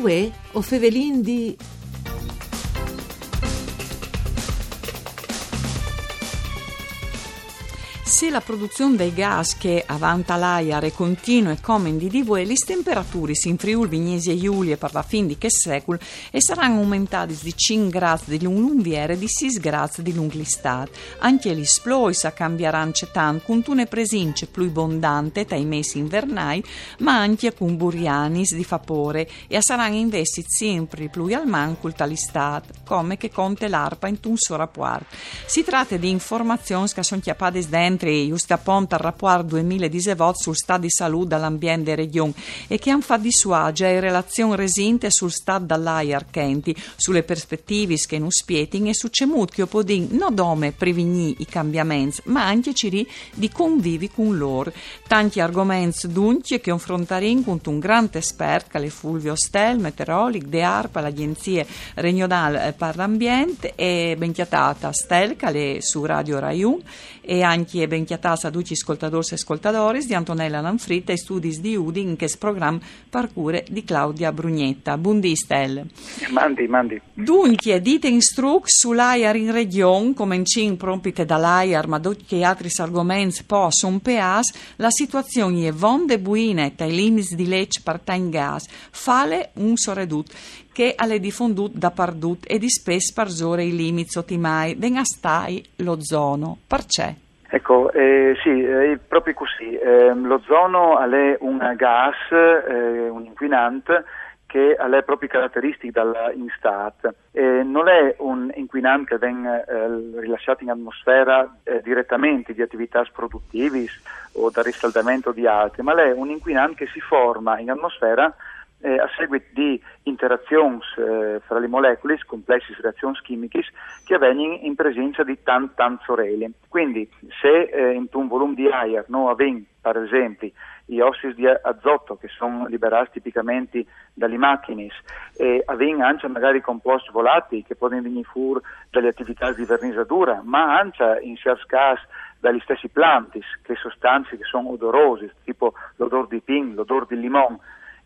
Uè o fevelin di... Se la produzione dei gas che avanta l'aria è continua e come in DDV, le temperature in Friuli, Vignesi e Giulia per la fin di che secolo e saranno aumentate di 5 gradi di l'unviere e di 6 gradi di l'unglistat. Anche gli splois cambieranno tanto con une presenze più abbondante tra i mesi invernali, ma anche con burianis di vapore e saranno investiti sempre più al manco dall'istat, come che conte l'ARPA in un suo rapporto. Si tratta di informazioni che sono chiappate dentro giusto appunto al rapporto 2018 sul stato di salute dall'ambiente e regione e che hanno fatto dissuagere in relazione resinte sul stato dall'aria archenti, sulle perspettive che non spietin e su cemut che podin non dome prevenire i cambiamenti, ma anche di convivi con loro. Tanti argomenti dunque che affronteremo con un grande esperto che è Fulvio Stel, meteorologo de ARPA, l'agenzia regionale per l'ambiente, e ben chiatata Stel che è su Radio Rai 1 e anche ben chiatata a tutti gli ascoltatori e ascoltatori di Antonella Lanfritta e studi di Udin in questo programma parcure di Claudia Brugnetta. Buondì Stel. Mandi. Dunque, dite instruc sull'AIAR in regione, come in prompite dall'AIAR, ma tutti altri argomenti possono peas, la situazione è vonde buine tra i limiti di legge part-time gas, fale un soredut che alle diffondut da pardut e di spes parzore i limiti ottimai den astai l'ozono. Perché? Ecco, sì, proprio così. L'ozono è un gas, un inquinante che ha le proprie caratteristiche dall'Instat. Non è un inquinante che viene rilasciato in atmosfera direttamente di attività produttive o da riscaldamento di altri, ma è un inquinante che si forma in atmosfera a seguito di interazioni fra le molecole, complesse reazioni chimiche che avvengono in presenza di tanti sorelle. Quindi se in un volume di aria non avviene, per esempio, gli ossidi di azoto che sono liberati tipicamente dalle macchine e avviene anche magari composti volatili che possono venire fuori dalle attività di vernizzatura, ma anche in certi casi dagli stessi planti, che sostanze che sono odorose, tipo l'odore di pin, l'odore di limone.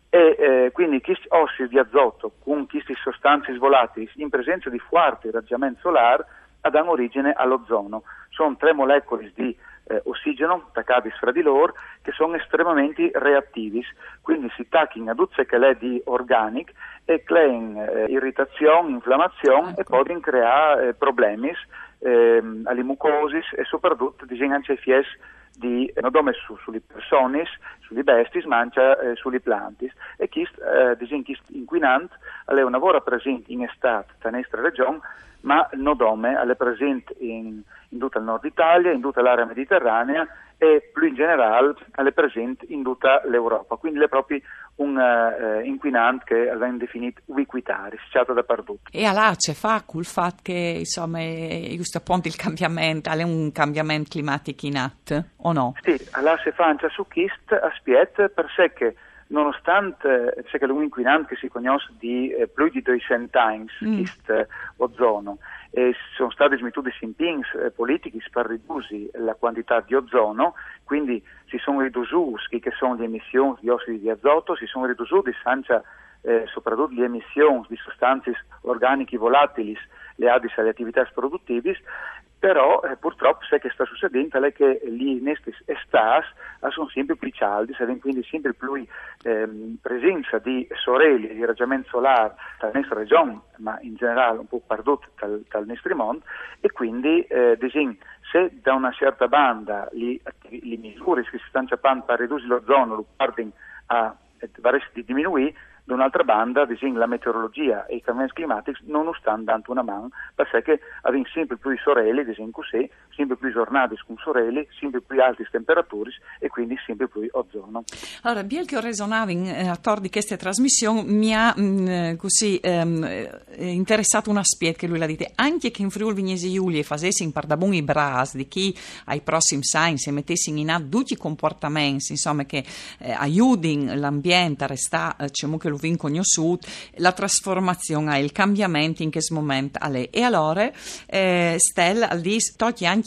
E quindi questi ossidi di azoto con queste sostanze volatili in presenza di forte raggiamento solare danno origine all'ozono. Sono 3 molecole di ossigeno attaccate fra di loro che sono estremamente reattivi, quindi si attaccano a tutte le di organic e creano irritazione, inflammazione e possono creare problemi alle mucosi e soprattutto anche ai fies di non dome sulle persone, sulle bestie, ma anche sulle piante. E questo inquinante è una volta presente in estate nella nostra regione, ma non dome è presente in tutta il nord Italia, in tutta l'area mediterranea e più in generale è presente in tutta l'Europa. Quindi è proprio un inquinante che viene definito ubiquitario, sciato dappertutto. E allora c'è fa col fatto che insomma giusto appunto il cambiamento, è un cambiamento climatico in atto o no? Sì, allora si fa anche su questo aspetto per sé che nonostante c'è un inquinante che si conosce di più di 200 anni, questo ozono, e sono stati smettuti impegni politici per ridurre la quantità di ozono, quindi si sono ridotte che sono le emissioni di ossidi di azoto, si sono ridotte anche soprattutto le emissioni di sostanze organiche volatili legate alle attività produttive, però purtroppo ciò che sta succedendo è che gli nesti estati sono sempre più caldi, quindi sempre più presenza di sorelle di raggiamento solare dalla nostra regione, ma in generale un po' perduto dal nostro mondo, e quindi se da una certa banda le misure che si stanno facendo per ridurre l'ozono lo partono a diminuire, da un'altra banda, la meteorologia e i cambiamenti climatici non stanno dando una mano, perché abbiamo sempre più sorelle, sempre più giornate con sorelle, sempre più alte temperature e quindi sempre più ozono. Allora, bien che ho resonato attorno di queste trasmissioni, mi ha interessato un aspetto che lui l'ha detto, anche che in Friuli Vignesi Giulia facessi in pardabun i bras di chi ai prossimi anni si mettessi in atto tutti i comportamenti, insomma, che aiutino l'ambiente a restare, che lo conosciuto, la trasformazione, il cambiamento in questo momento è. E allora Stella al dis tocchi anche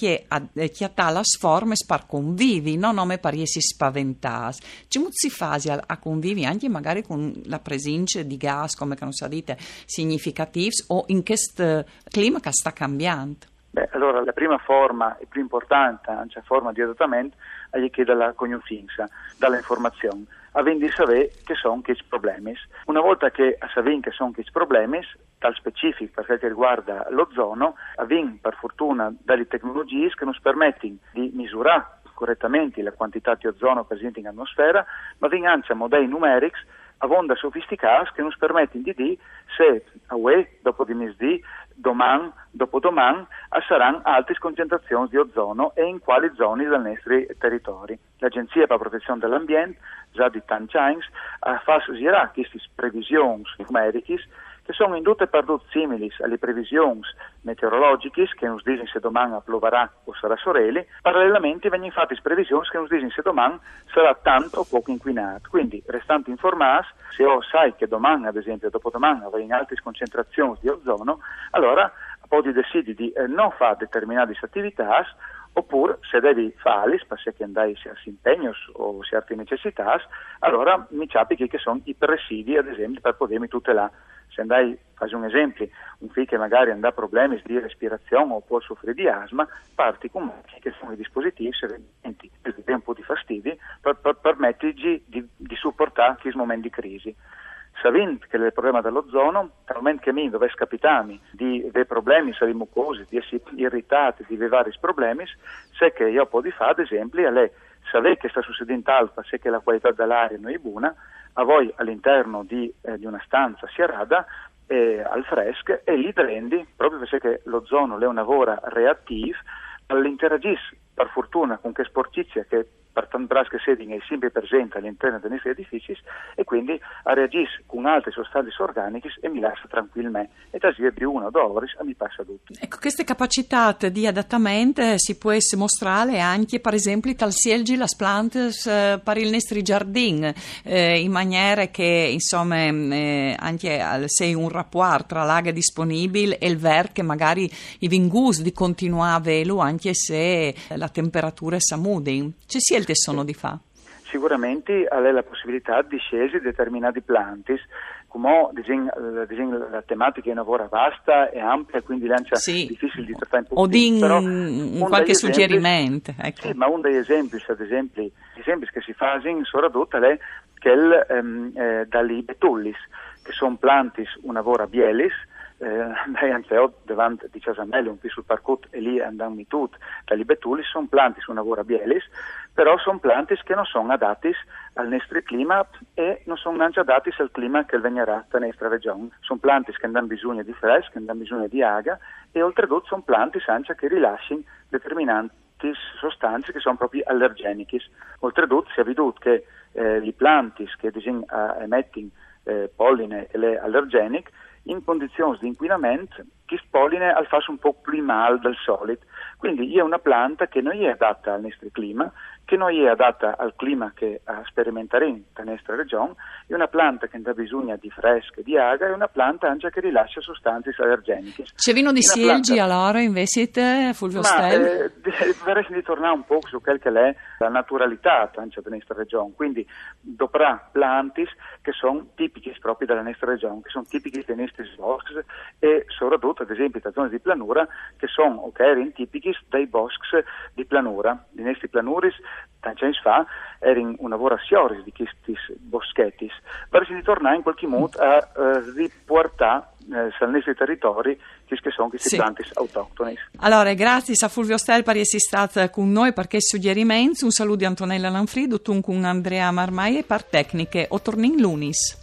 anche a chiatà la forme par convivi, non nome pariesi spaventas. Ci si fasi a convivi anche magari con la presenza di gas, come che non si dite, significativi o in questo clima che sta cambiando? Beh, allora la prima forma e più importante, anche forma di adattamento, è che dalla conoscenza, dalla informazione, avendo di sapere che sono questi problemi. Una volta che sappiamo che sono questi problemi, tal specifico per quel che riguarda l'ozono, abbiamo per fortuna delle tecnologie che ci permettono di misurare correttamente la quantità di ozono presente in atmosfera, ma abbiamo anche modelli numerici a onda sofisticati che ci permettono di dire se a dopo di mesi, domani, dopodomani, saranno alte concentrazioni di ozono e in quali zone dei nostri territori. L'Agenzia per la Protezione dell'Ambiente, già di tanti anni, fa girare queste previsioni numeriche che sono in tutte per tutte simili alle previsioni meteorologiche che ci dicono se domani pioverà o sarà sorelle, parallelamente vengono fatte previsioni che ci dicono se domani sarà tanto o poco inquinato. Quindi, restando informati, se sai che domani, ad esempio, dopodomani avrai in alte concentrazioni di ozono, allora poi decidi di non fare determinate attività, oppure se devi farli, perché andai certi impegni o certe necessità, allora mi capi che sono i presidi, ad esempio, per potermi tutelare. Se andai, faccio un esempio, un figlio che magari ha problemi di respirazione o può soffrire di asma, parti con che sono i dispositivi che ti dà un po' di fastidio per permettergli di supportare questi momenti di crisi. Sapendo che il problema dell'ozono, nel momento che mi dovesse capitarmi di avere problemi sulle mucose, di essere irritati, di avere vari problemi, se che io posso fare, ad esempio, è sapere che sta succedendo alfa, se che la qualità dell'aria non è buona, a voi all'interno di una stanza si arrada al fresco e lì prendi, proprio perché l'ozono è un lavoro reattivo, all'interagis per fortuna con che sporcizia che per tantrasche sedi è sempre presente all'interno dei nostri edifici e quindi reagisce con altre sostanze organiche e mi lascia tranquillamente e da di 1 o 2 ore e mi passa tutto. Ecco, queste capacità di adattamento si può mostrare anche per esempio tal sielgi las plantes per il nostro giardino in maniera che insomma anche se un rapporto tra l'aga disponibile e il ver che magari i vingus di continuare a velo anche se la temperatura è samudin. Ci sia il tessono di fa? Sicuramente ha la possibilità di scegliere determinati planti, come la tematica è una lavora vasta e ampia, quindi lancia difficile di trattare in o di qualche suggerimento. Ecco. Sì, ma uno degli esempi che si fanno soprattutto è che dagli betullis, che sono planti una lavora bielis, anche davanti di Casamelle, un po' sul parcot e lì andiamo tutti, dagli betulli sono planti su una vora bielis, però sono planti che non sono adatti al nostro clima e non sono neanche adatti al clima che venirà dalla nostra regione. Sono planti che hanno bisogno di fresco, che hanno bisogno di acqua e oltretutto sono planti anche che rilasciano determinanti sostanze che sono proprio allergeniche. Oltretutto si è veduto che i planti che emettono polline e le allergeniche in condizioni di inquinamento che polline al fa un po' più male del solito. Quindi è una pianta che non è adatta al nostro clima, che non è adatta al clima che sperimenteremo nella nostra regione, è una pianta che ha bisogno di fresco e di acqua, è una pianta anche che rilascia sostanze allergeniche. C'è vino di sielgi allora invece, Fulvio Stel? Vorrei di tornare un po' su quel che è la naturalità anche della nostra regione, quindi doprà planti che sono tipiche proprio della nostra regione, che sono tipiche dei nostri boschi e soprattutto ad esempio da zone di pianura che sono o che erano tipiche dei boschi di pianura. I nostri pianuri tanti anni fa erano una vorazione di questi boschetti, per si tornare in qualche modo a riportare nei nostri territori che sono questi planti autoctoni. Allora, grazie a Fulvio Stel per essere stato con noi perché suggerimenti. Un saluto di Antonella Lanfrido, tu con Andrea Marmai e per tecniche o tornin lunis.